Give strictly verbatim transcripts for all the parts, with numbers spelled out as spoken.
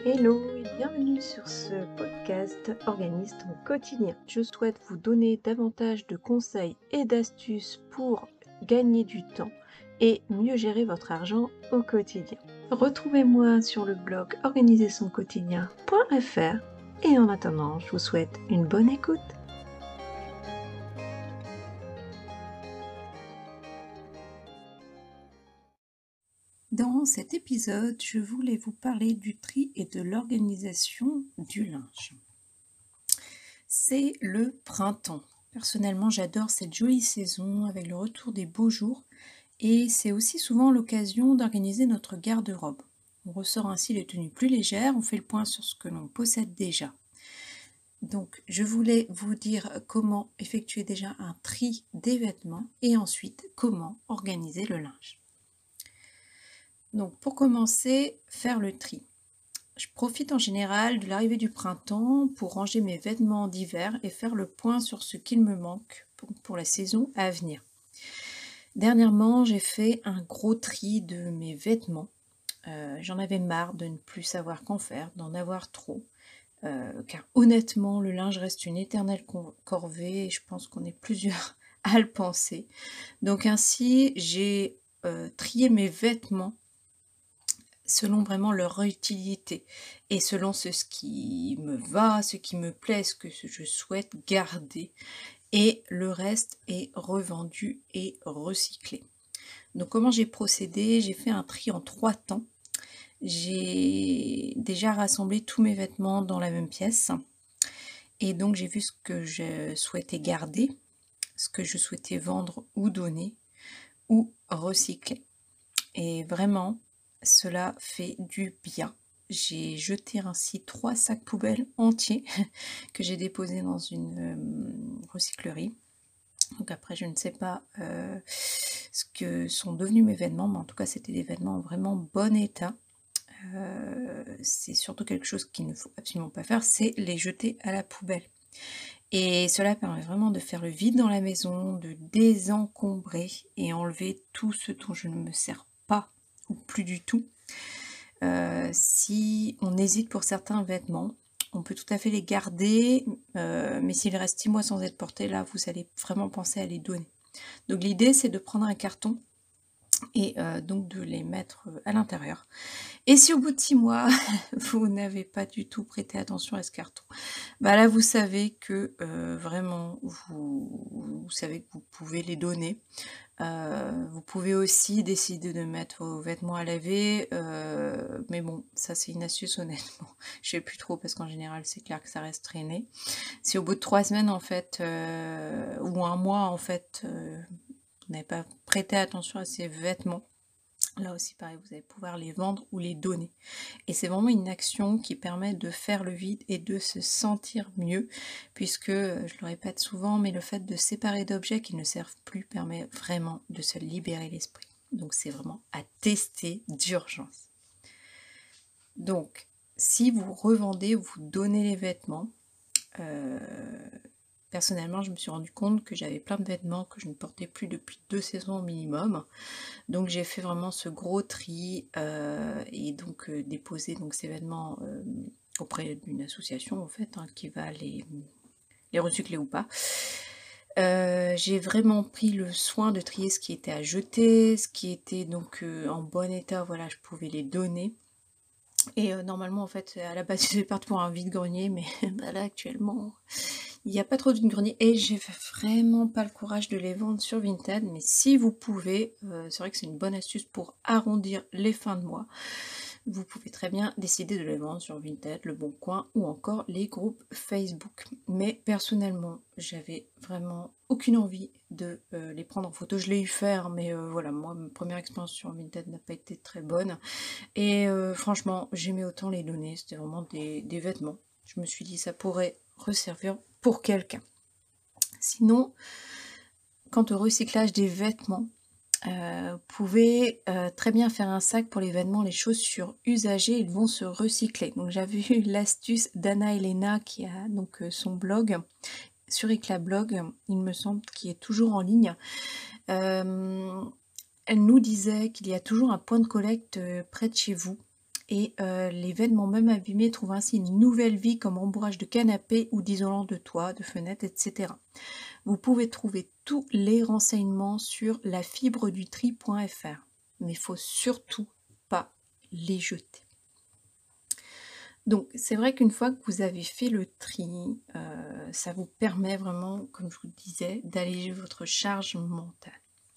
Hello et bienvenue sur ce podcast Organise ton quotidien. Je souhaite vous donner davantage de conseils et d'astuces pour gagner du temps et mieux gérer votre argent au quotidien. Retrouvez-moi sur le blog organiser son quotidien point f r et en attendant, je vous souhaite une bonne écoute. Dans cet épisode, je voulais vous parler du tri et de l'organisation du linge. C'est le printemps. Personnellement, j'adore cette jolie saison avec le retour des beaux jours et c'est aussi souvent l'occasion d'organiser notre garde-robe. On ressort ainsi les tenues plus légères, on fait le point sur ce que l'on possède déjà. Donc, je voulais vous dire comment effectuer déjà un tri des vêtements et ensuite comment organiser le linge. Donc, pour commencer, faire le tri. Je profite en général de l'arrivée du printemps pour ranger mes vêtements d'hiver et faire le point sur ce qu'il me manque pour, pour la saison à venir. Dernièrement, j'ai fait un gros tri de mes vêtements. Euh, j'en avais marre de ne plus savoir qu'en faire, d'en avoir trop. Euh, car honnêtement, le linge reste une éternelle corvée et je pense qu'on est plusieurs à le penser. Donc ainsi, j'ai euh, trié mes vêtements selon vraiment leur utilité et selon ce, ce qui me va, ce qui me plaît, ce que je souhaite garder. Et le reste est revendu et recyclé. Donc comment j'ai procédé? J'ai fait un tri en trois temps. J'ai déjà rassemblé tous mes vêtements dans la même pièce. Et donc j'ai vu ce que je souhaitais garder, ce que je souhaitais vendre ou donner, ou recycler. Et vraiment, cela fait du bien. J'ai jeté ainsi trois sacs poubelles entiers que j'ai déposés dans une euh, recyclerie. Donc après, je ne sais pas euh, ce que sont devenus mes vêtements, mais en tout cas, c'était des vêtements en vraiment bon état. Euh, c'est surtout quelque chose qu'il ne faut absolument pas faire, c'est les jeter à la poubelle. Et cela permet vraiment de faire le vide dans la maison, de désencombrer et enlever tout ce dont je ne me sers pas ou plus du tout. Euh, si on hésite pour certains vêtements, on peut tout à fait les garder, euh, mais s'ils restent six mois sans être portés, là, vous allez vraiment penser à les donner. Donc l'idée, c'est de prendre un carton et euh, donc de les mettre à l'intérieur. Et si au bout de six mois, vous n'avez pas du tout prêté attention à ce carton, bah là, vous savez que euh, vraiment, vous, vous savez que vous pouvez les donner. Euh, vous pouvez aussi décider de mettre vos vêtements à laver, euh, mais bon, ça c'est une astuce honnêtement. Je sais plus trop parce qu'en général c'est clair que ça reste traîné. Si au bout de trois semaines en fait, euh, ou un mois en fait, euh, vous n'avez pas prêté attention à ces vêtements, là aussi pareil, vous allez pouvoir les vendre ou les donner. Et c'est vraiment une action qui permet de faire le vide et de se sentir mieux, puisque, je le répète souvent, mais le fait de séparer d'objets qui ne servent plus permet vraiment de se libérer l'esprit. Donc c'est vraiment à tester d'urgence. Donc, si vous revendez ou vous donnez les vêtements, euh, personnellement, je me suis rendu compte que j'avais plein de vêtements que je ne portais plus depuis deux saisons au minimum. Donc j'ai fait vraiment ce gros tri euh, et donc euh, déposé donc, ces vêtements euh, auprès d'une association en fait hein, qui va les, les recycler ou pas. Euh, j'ai vraiment pris le soin de trier ce qui était à jeter, ce qui était donc euh, en bon état, voilà, je pouvais les donner. Et euh, normalement en fait à la base je vais partir pour un vide-grenier, mais bah, là actuellement il n'y a pas trop de vide-grenier et j'ai vraiment pas le courage de les vendre sur Vinted, mais si vous pouvez, euh, c'est vrai que c'est une bonne astuce pour arrondir les fins de mois. Vous pouvez très bien décider de les vendre sur Vinted, Le Bon Coin ou encore les groupes Facebook. Mais personnellement, j'avais vraiment aucune envie de euh, les prendre en photo. Je l'ai eu faire, mais euh, voilà, moi, ma première expérience sur Vinted n'a pas été très bonne. Et euh, franchement, j'aimais autant les donner. C'était vraiment des, des vêtements. Je me suis dit, ça pourrait resservir pour quelqu'un. Sinon, quant au recyclage des vêtements, euh, vous pouvez euh, très bien faire un sac pour les vêtements, les chaussures usagées, ils vont se recycler. Donc j'avais eu l'astuce d'Anna Elena qui a donc euh, son blog sur Eclablog, il me semble, qui est toujours en ligne. Euh, elle nous disait qu'il y a toujours un point de collecte euh, près de chez vous Et euh, les vêtements même abîmés trouvent ainsi une nouvelle vie comme rembourrage de canapé ou d'isolant de toit, de fenêtre, et cetera. Vous pouvez trouver tous les renseignements sur la fibre du tri point F R. Mais il faut surtout pas les jeter. Donc c'est vrai qu'une fois que vous avez fait le tri, euh, ça vous permet vraiment, comme je vous le disais, d'alléger votre charge mentale.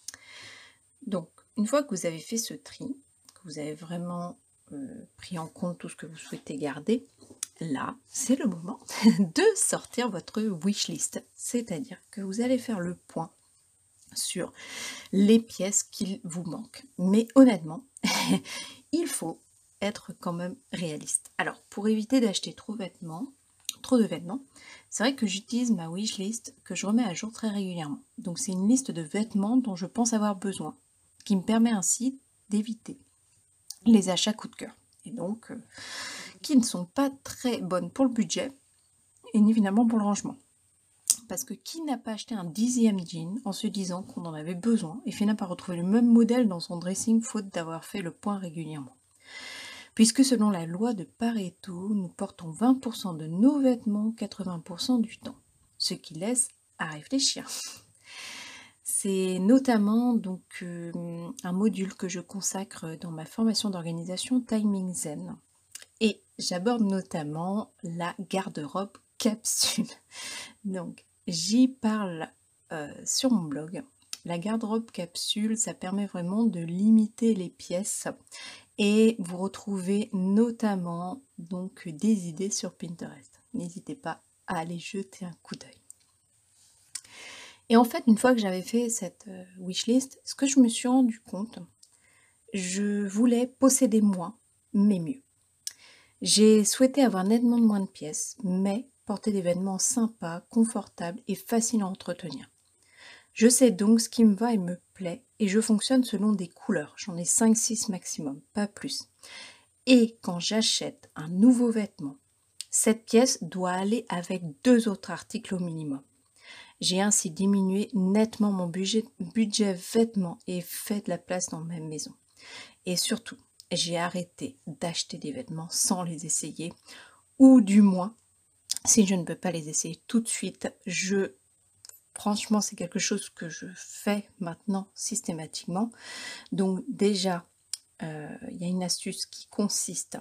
Donc une fois que vous avez fait ce tri, que vous avez vraiment euh, pris en compte tout ce que vous souhaitez garder, là c'est le moment de sortir votre wishlist. C'est-à-dire que vous allez faire le point sur les pièces qu'il vous manque. Mais honnêtement, il faut être quand même réaliste. Alors, pour éviter d'acheter trop de vêtements, trop de vêtements, c'est vrai que j'utilise ma wishlist que je remets à jour très régulièrement. Donc, c'est une liste de vêtements dont je pense avoir besoin, qui me permet ainsi d'éviter les achats coup de cœur. Et donc, euh, qui ne sont pas très bonnes pour le budget et ni finalement pour le rangement. Parce que qui n'a pas acheté un dixième jean en se disant qu'on en avait besoin et finit par retrouver le même modèle dans son dressing faute d'avoir fait le point régulièrement. Puisque selon la loi de Pareto, nous portons vingt pour cent de nos vêtements quatre-vingts pour cent du temps, ce qui laisse à réfléchir. C'est notamment donc euh, un module que je consacre dans ma formation d'organisation Timing Zen. Et j'aborde notamment la garde-robe capsule. Donc, j'y parle euh, sur mon blog. La garde-robe capsule, ça permet vraiment de limiter les pièces et vous retrouvez notamment donc des idées sur Pinterest. N'hésitez pas à aller jeter un coup d'œil. Et en fait, une fois que j'avais fait cette euh, wishlist, ce que je me suis rendu compte, je voulais posséder moins, mais mieux. J'ai souhaité avoir nettement moins de pièces, mais porter des vêtements sympas, confortables et faciles à entretenir. Je sais donc ce qui me va et me plaît, et je fonctionne selon des couleurs. J'en ai cinq six maximum, pas plus. Et quand j'achète un nouveau vêtement, cette pièce doit aller avec deux autres articles au minimum. J'ai ainsi diminué nettement mon budget, budget vêtements et fait de la place dans ma maison. Et surtout, j'ai arrêté d'acheter des vêtements sans les essayer, ou du moins, si je ne peux pas les essayer tout de suite, je franchement c'est quelque chose que je fais maintenant systématiquement. Donc déjà, euh, il y a une astuce qui consiste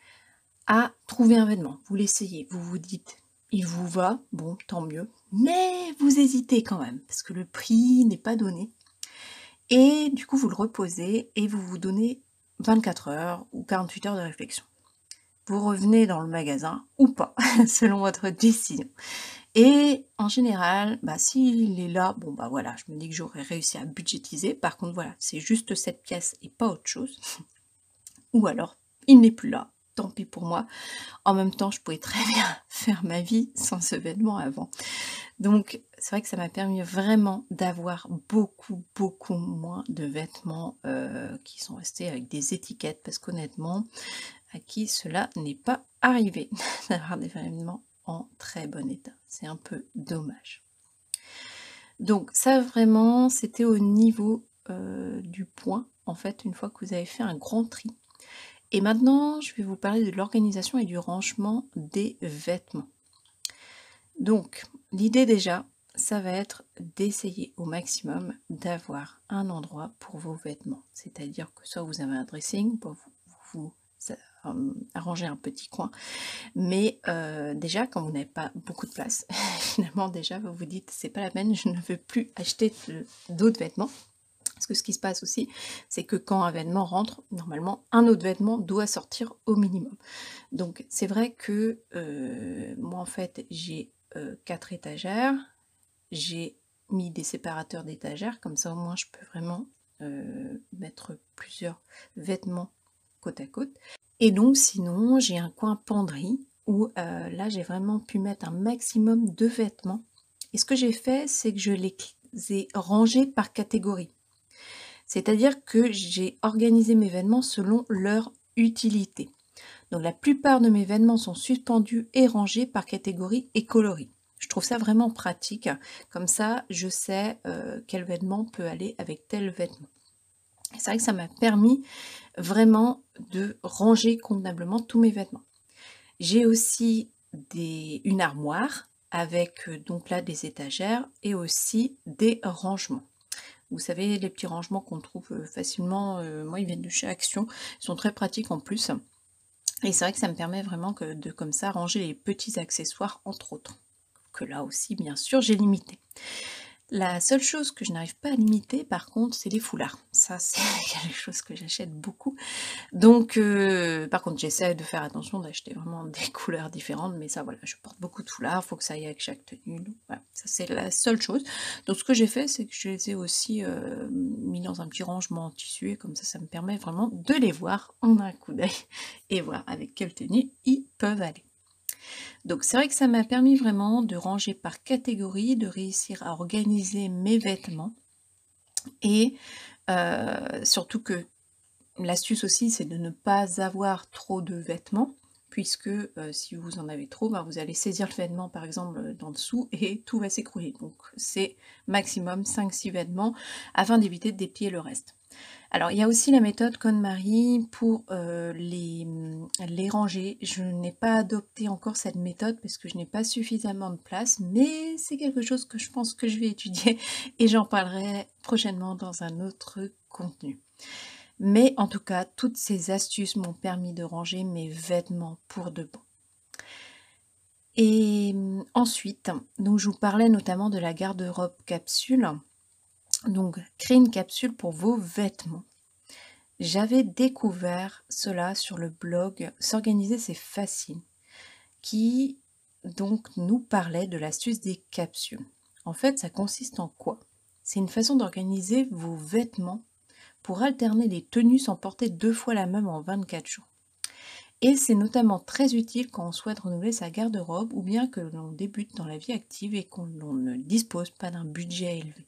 à trouver un vêtement, vous l'essayez, vous vous dites il vous va, bon tant mieux, mais vous hésitez quand même parce que le prix n'est pas donné. Et du coup, vous le reposez et vous vous donnez vingt-quatre heures ou quarante-huit heures de réflexion. Vous revenez dans le magasin ou pas, selon votre décision. Et en général, bah, s'il est là, bon bah voilà, je me dis que j'aurais réussi à budgétiser. Par contre, voilà, c'est juste cette pièce et pas autre chose. Ou alors, il n'est plus là. Tant pis pour moi. En même temps, je pouvais très bien faire ma vie sans ce vêtement avant. Donc, c'est vrai que ça m'a permis vraiment d'avoir beaucoup, beaucoup moins de vêtements euh, qui sont restés avec des étiquettes. Parce qu'honnêtement, à qui cela n'est pas arrivé d'avoir des vêtements en très bon état. C'est un peu dommage. Donc, ça vraiment, c'était au niveau euh, du point, en fait, une fois que vous avez fait un grand tri. Et maintenant, je vais vous parler de l'organisation et du rangement des vêtements. Donc, l'idée déjà, ça va être d'essayer au maximum d'avoir un endroit pour vos vêtements. C'est-à-dire que soit vous avez un dressing pour vous, vous euh, arranger un petit coin, mais euh, déjà, quand vous n'avez pas beaucoup de place, finalement déjà, vous vous dites, c'est pas la peine, je ne veux plus acheter d'autres vêtements. Parce que ce qui se passe aussi, c'est que quand un vêtement rentre, normalement, un autre vêtement doit sortir au minimum. Donc, c'est vrai que euh, moi, en fait, j'ai euh, quatre étagères. J'ai mis des séparateurs d'étagères. Comme ça, au moins, je peux vraiment euh, mettre plusieurs vêtements côte à côte. Et donc, sinon, j'ai un coin penderie où euh, là, j'ai vraiment pu mettre un maximum de vêtements. Et ce que j'ai fait, c'est que je les ai rangés par catégorie. C'est-à-dire que j'ai organisé mes vêtements selon leur utilité. Donc la plupart de mes vêtements sont suspendus et rangés par catégorie et coloris. Je trouve ça vraiment pratique. Comme ça, je sais euh, quel vêtement peut aller avec tel vêtement. C'est vrai que ça m'a permis vraiment de ranger convenablement tous mes vêtements. J'ai aussi des une armoire avec, heu, donc là des étagères et aussi des rangements. Vous savez les petits rangements qu'on trouve, heu, facilement, heu, moi ils viennent de chez Action, ils sont très pratiques en plus et c'est vrai que ça me permet vraiment que de comme ça ranger les petits accessoires entre autres. Que là aussi bien sûr j'ai limité. La seule chose que je n'arrive pas à limiter par contre, c'est les foulards. Ça c'est quelque chose que j'achète beaucoup. Donc heu, par contre j'essaie de faire attention d'acheter vraiment des couleurs différentes, mais ça voilà, je porte beaucoup de foulards, faut que ça aille avec chaque tenue, donc voilà, ça c'est la seule chose. Donc ce que j'ai fait, c'est que je les ai aussi, heu, mis dans un petit rangement en tissu et comme ça, ça me permet vraiment de les voir en un coup d'œil et voir avec quelle tenue ils peuvent aller. Donc c'est vrai que ça m'a permis vraiment de ranger par catégorie, de réussir à organiser mes vêtements et heu, surtout que l'astuce aussi, c'est de ne pas avoir trop de vêtements puisque, heu, si vous en avez trop, ben, vous allez saisir le vêtement par exemple, heu, d'en dessous et tout va s'écrouler. Donc c'est maximum cinq six vêtements afin d'éviter de déplier le reste. Alors il y a aussi la méthode KonMari pour, heu, les, mmh, les ranger. Je n'ai pas adopté encore cette méthode parce que je n'ai pas suffisamment de place, mais c'est quelque chose que je pense que je vais étudier et j'en parlerai prochainement dans un autre contenu. Mais en tout cas, toutes ces astuces m'ont permis de ranger mes vêtements pour de bon. Et mmh, ensuite, donc je vous parlais notamment de la garde-robe capsule. Donc créer une capsule pour vos vêtements. J'avais découvert cela sur le blog S'organiser c'est facile, qui donc nous parlait de l'astuce des capsules. En fait, ça consiste en quoi? C'est une façon d'organiser vos vêtements pour alterner les tenues sans porter deux fois la même en vingt-quatre jours. Et c'est notamment très utile quand on souhaite renouveler sa garde-robe ou bien que l'on débute dans la vie active et qu'on l'on ne dispose pas d'un budget élevé.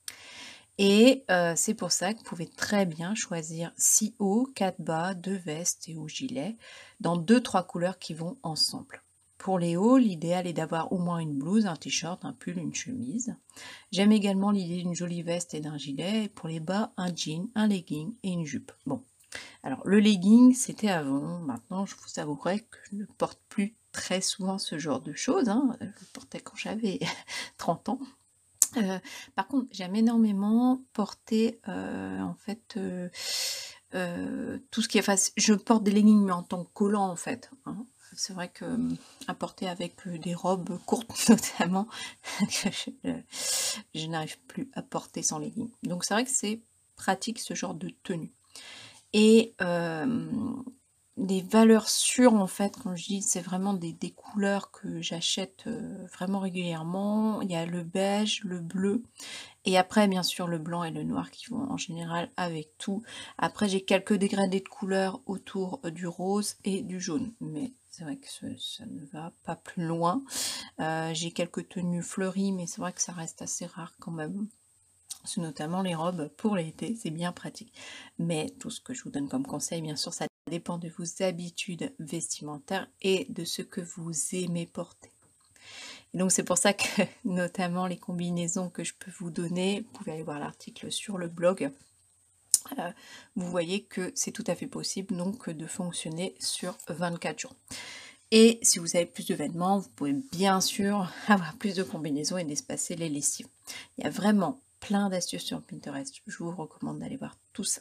Et heu, c'est pour ça que vous pouvez très bien choisir six hauts, quatre bas, deux vestes et ou gilets dans deux trois couleurs qui vont ensemble. Pour les hauts, l'idéal est d'avoir au moins une blouse, un t-shirt, un pull, une chemise. J'aime également l'idée d'une jolie veste et d'un gilet et pour les bas, un jean, un legging et une jupe. Bon, alors le legging, c'était avant, maintenant je vous avouerai que je ne porte plus très souvent ce genre de choses, hein, je le portais quand j'avais trente ans. Heu, par contre, j'aime énormément porter, heu, en fait, heu heu, tout ce qui est enfin, c je porte des leggings, mais en tant que collant, en fait, hein. C'est vrai que, mmh, à porter avec, heu, des robes courtes notamment, que je, heu, je n'arrive plus à porter sans leggings. Donc c'est vrai que c'est pratique ce genre de tenue et hem, des valeurs sûres, en fait, quand je dis, c'est vraiment des des couleurs que j'achète, heu, vraiment régulièrement. Il y a le beige, le bleu et après, bien sûr, le blanc et le noir qui vont en général avec tout. Après, j'ai quelques dégradés de couleurs autour, heu, du rose et du jaune, mais c'est vrai que ce ça ne va pas plus loin. Heu, j'ai quelques tenues fleuries, mais c'est vrai que ça reste assez rare quand même. C'est notamment les robes pour l'été, c'est bien pratique. Mais tout ce que je vous donne comme conseil, bien sûr, ça dépend de vos habitudes vestimentaires et de ce que vous aimez porter. Et donc c'est pour ça que notamment les combinaisons que je peux vous donner, vous pouvez aller voir l'article sur le blog, heu, vous voyez que c'est tout à fait possible donc de fonctionner sur vingt-quatre jours. Et si vous avez plus de vêtements, vous pouvez bien sûr avoir plus de combinaisons et d'espacer les lessives. Il y a vraiment plein d'astuces sur Pinterest, je vous recommande d'aller voir tout ça.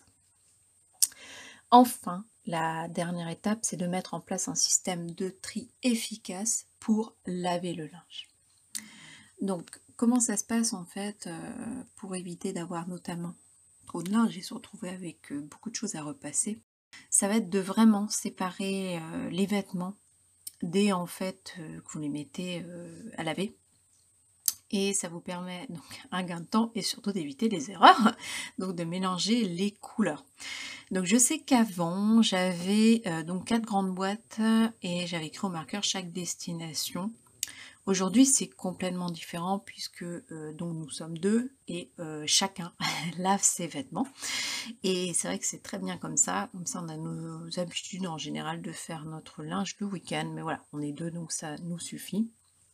Enfin, la dernière étape, c'est de mettre en place un système de tri efficace pour laver le linge. Donc, comment ça se passe en fait, heu, pour éviter d'avoir notamment trop de linge et se retrouver avec, heu, beaucoup de choses à repasser? Ça va être de vraiment séparer, heu, les vêtements dès en fait, heu, que vous les mettez, heu, à laver et ça vous permet donc un gain de temps et surtout d'éviter les erreurs, donc de mélanger les couleurs. Donc je sais qu'avant j'avais, heu, donc quatre grandes boîtes et j'avais écrit au marqueur chaque destination. Aujourd'hui, c'est complètement différent puisque, heu, donc nous sommes deux et heu, chacun lave ses vêtements et c'est vrai que c'est très bien comme ça. Comme ça, on a nos habitudes en général de faire notre linge le week-end, mais voilà, on est deux donc ça nous suffit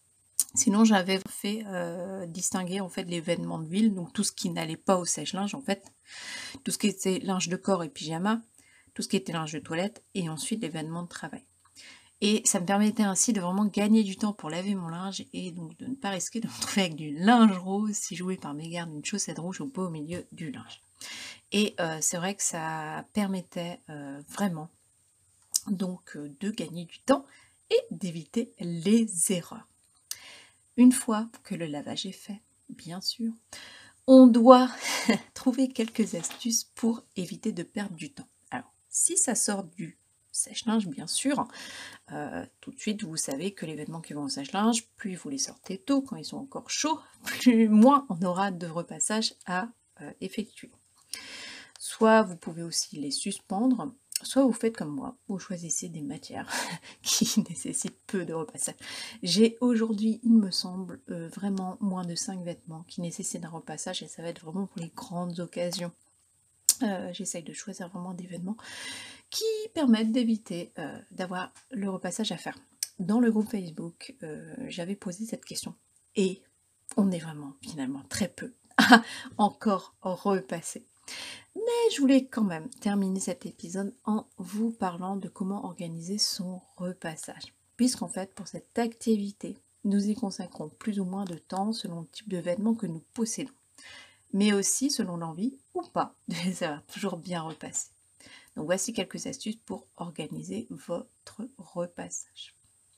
Sinon, j'avais fait, heu, distinguer en fait les vêtements de ville, donc tout ce qui n'allait pas au sèche-linge en fait, tout ce qui était linge de corps et pyjama, tout ce qui était linge de toilette et ensuite les vêtements de travail. Et ça me permettait ainsi de vraiment gagner du temps pour laver mon linge et donc de ne pas risquer de me retrouver avec du linge rose si je voulais par mégarde une chaussette rouge ou pas au milieu du linge. Et heu, c'est vrai que ça permettait, heu, vraiment donc heu, de gagner du temps et d'éviter les erreurs. Une fois que le lavage est fait, bien sûr, on doit trouver quelques astuces pour éviter de perdre du temps. Alors, si ça sort du sèche-linge, bien sûr, euh, tout de suite, vous savez que les vêtements qui vont au sèche-linge, plus vous les sortez tôt, quand ils sont encore chauds, plus moins on aura de repassage à euh, effectuer. Soit vous pouvez aussi les suspendre, soit vous faites comme moi, vous choisissez des matières qui nécessitent peu de repassage. J'ai aujourd'hui, il me semble, euh, vraiment moins de cinq vêtements qui nécessitent un repassage et ça va être vraiment pour les grandes occasions. Euh, J'essaye de choisir vraiment des vêtements qui permettent d'éviter euh, d'avoir le repassage à faire. Dans le groupe Facebook, euh, j'avais posé cette question et on est vraiment finalement très peu à encore repasser. Mais je voulais quand même terminer cet épisode en vous parlant de comment organiser son repassage. Puisqu'en fait, pour cette activité, nous y consacrons plus ou moins de temps selon le type de vêtements que nous possédons. Mais aussi selon l'envie ou pas de les avoir toujours bien repassés. Donc voici quelques astuces pour organiser votre repassage.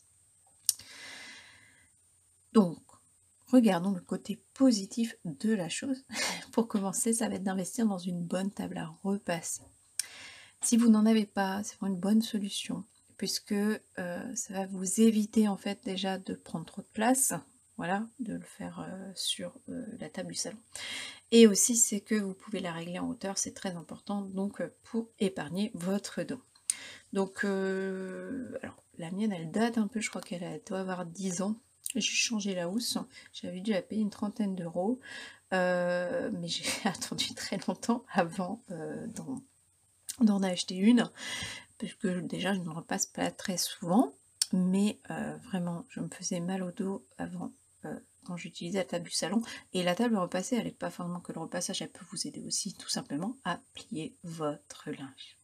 Donc, regardons le côté positif de la chose. Pour commencer, ça va être d'investir dans une bonne table à repasser. Si vous n'en avez pas, c'est vraiment une bonne solution, puisque euh, ça va vous éviter en fait déjà de prendre trop de place, voilà, de le faire euh, sur euh, la table du salon. Et aussi, c'est que vous pouvez la régler en hauteur, c'est très important, donc euh, pour épargner votre dos. Donc, euh, alors, la mienne, elle date un peu, je crois qu'elle a- doit avoir dix ans. J'ai changé la housse, j'avais dû la payer une trentaine d'euros, euh, mais j'ai attendu très longtemps avant euh, d'en d'en acheter une, parce que déjà je ne repasse pas très souvent, mais euh, vraiment je me faisais mal au dos avant euh, quand j'utilisais la table du salon, et la table repassée, elle n'est pas forcément que le repassage, elle peut vous aider aussi tout simplement à plier votre linge.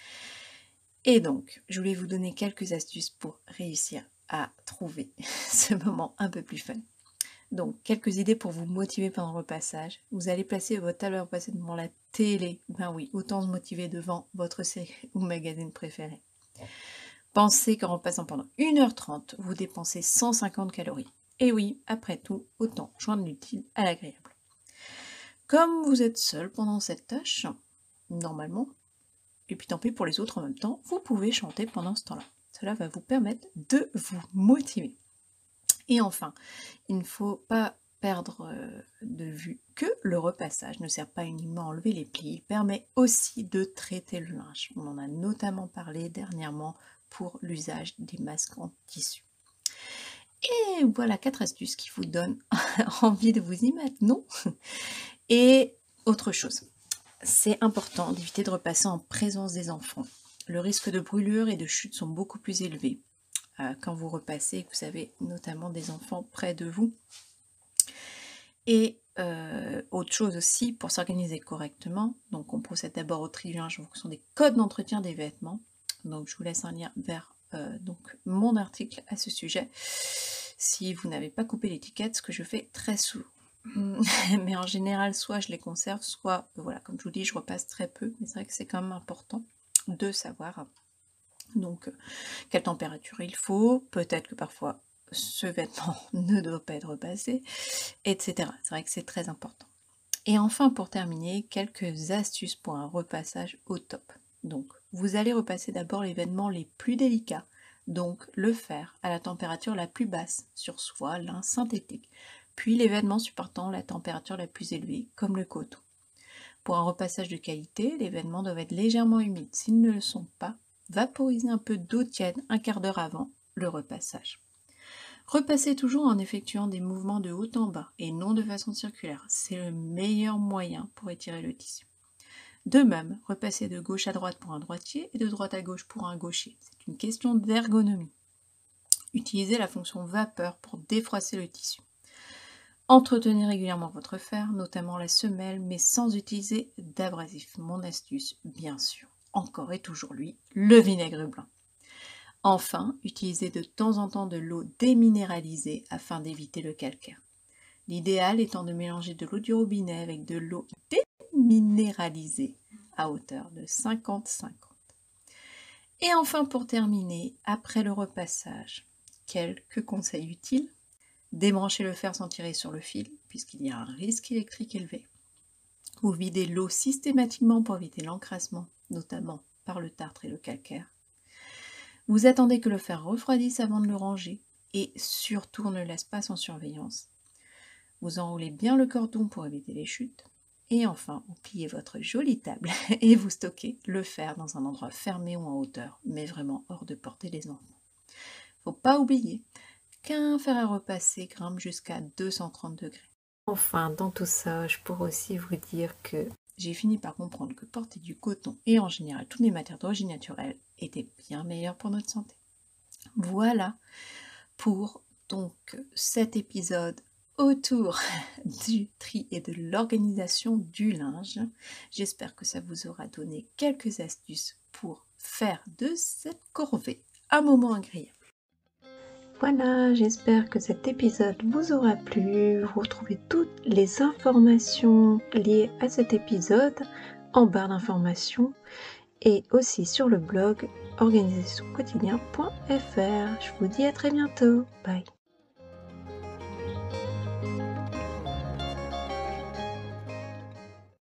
Et donc, je voulais vous donner quelques astuces pour réussir à trouver ce moment un peu plus fun. Donc, quelques idées pour vous motiver pendant le repassage. Vous allez placer votre table à repasser devant la télé. Ben oui, autant se motiver devant votre série ou magazine préféré. Pensez qu'en repassant pendant une heure trente, vous dépensez cent cinquante calories. Et oui, après tout, autant joindre l'utile à l'agréable. Comme vous êtes seul pendant cette tâche, normalement, et puis tant pis pour les autres en même temps, vous pouvez chanter pendant ce temps-là. Cela va vous permettre de vous motiver. Et enfin, il ne faut pas perdre euh, de vue que le repassage ne sert pas uniquement à enlever les plis, il permet aussi de traiter le linge. On en a notamment parlé dernièrement pour l'usage des masques en tissu. Et voilà quatre astuces qui vous donnent envie de vous y mettre, non? Et autre chose, c'est important d'éviter de repasser en présence des enfants. Le risque de brûlure et de chute sont beaucoup plus élevés euh, quand vous repassez et que vous avez notamment des enfants près de vous. Et euh, autre chose aussi, pour s'organiser correctement, donc on procède d'abord au triage en fonction des codes d'entretien des vêtements. Donc je vous laisse un lien vers euh, donc, mon article à ce sujet, si vous n'avez pas coupé l'étiquette, ce que je fais très souvent. Mais en général, soit je les conserve, soit, euh, voilà, comme je vous dis, je repasse très peu, mais c'est vrai que c'est quand même important de savoir donc euh, quelle température il faut, peut-être que parfois ce vêtement ne doit pas être repassé, et cetera. C'est vrai que c'est très important. Et enfin, pour terminer, quelques astuces pour un repassage au top. Donc, vous allez repasser d'abord les vêtements les plus délicats, donc le fer à la température la plus basse, sur soie, lin, synthétique, puis les vêtements supportant la température la plus élevée, comme le coton. Pour un repassage de qualité, les vêtements doivent être légèrement humides. S'ils ne le sont pas, vaporisez un peu d'eau tiède un quart d'heure avant le repassage. Repassez toujours en effectuant des mouvements de haut en bas et non de façon circulaire. C'est le meilleur moyen pour étirer le tissu. De même, repassez de gauche à droite pour un droitier et de droite à gauche pour un gaucher. C'est une question d'ergonomie. Utilisez la fonction vapeur pour défroisser le tissu. Entretenez régulièrement votre fer, notamment la semelle, mais sans utiliser d'abrasif. Mon astuce, bien sûr, encore et toujours lui, le vinaigre blanc. Enfin, utilisez de temps en temps de l'eau déminéralisée afin d'éviter le calcaire. L'idéal étant de mélanger de l'eau du robinet avec de l'eau déminéralisée à hauteur de cinquante cinquante. Et enfin, pour terminer, après le repassage, quelques conseils utiles. Débranchez le fer sans tirer sur le fil, puisqu'il y a un risque électrique élevé. Vous videz l'eau systématiquement pour éviter l'encrassement, notamment par le tartre et le calcaire. Vous attendez que le fer refroidisse avant de le ranger, et surtout on ne laisse pas sans surveillance. Vous enroulez bien le cordon pour éviter les chutes. Et enfin, vous pliez votre jolie table et vous stockez le fer dans un endroit fermé ou en hauteur, mais vraiment hors de portée des enfants. Faut pas oublier qu'un fer à repasser grimpe jusqu'à deux cent trente degrés. Enfin, dans tout ça, je pourrais aussi vous dire que j'ai fini par comprendre que porter du coton et en général toutes les matières d'origine naturelle étaient bien meilleures pour notre santé. Voilà pour donc cet épisode autour du tri et de l'organisation du linge. J'espère que ça vous aura donné quelques astuces pour faire de cette corvée un moment agréable. Voilà, j'espère que cet épisode vous aura plu. Vous retrouvez toutes les informations liées à cet épisode en barre d'informations et aussi sur le blog organisation quotidien point f r. Je vous dis à très bientôt. Bye.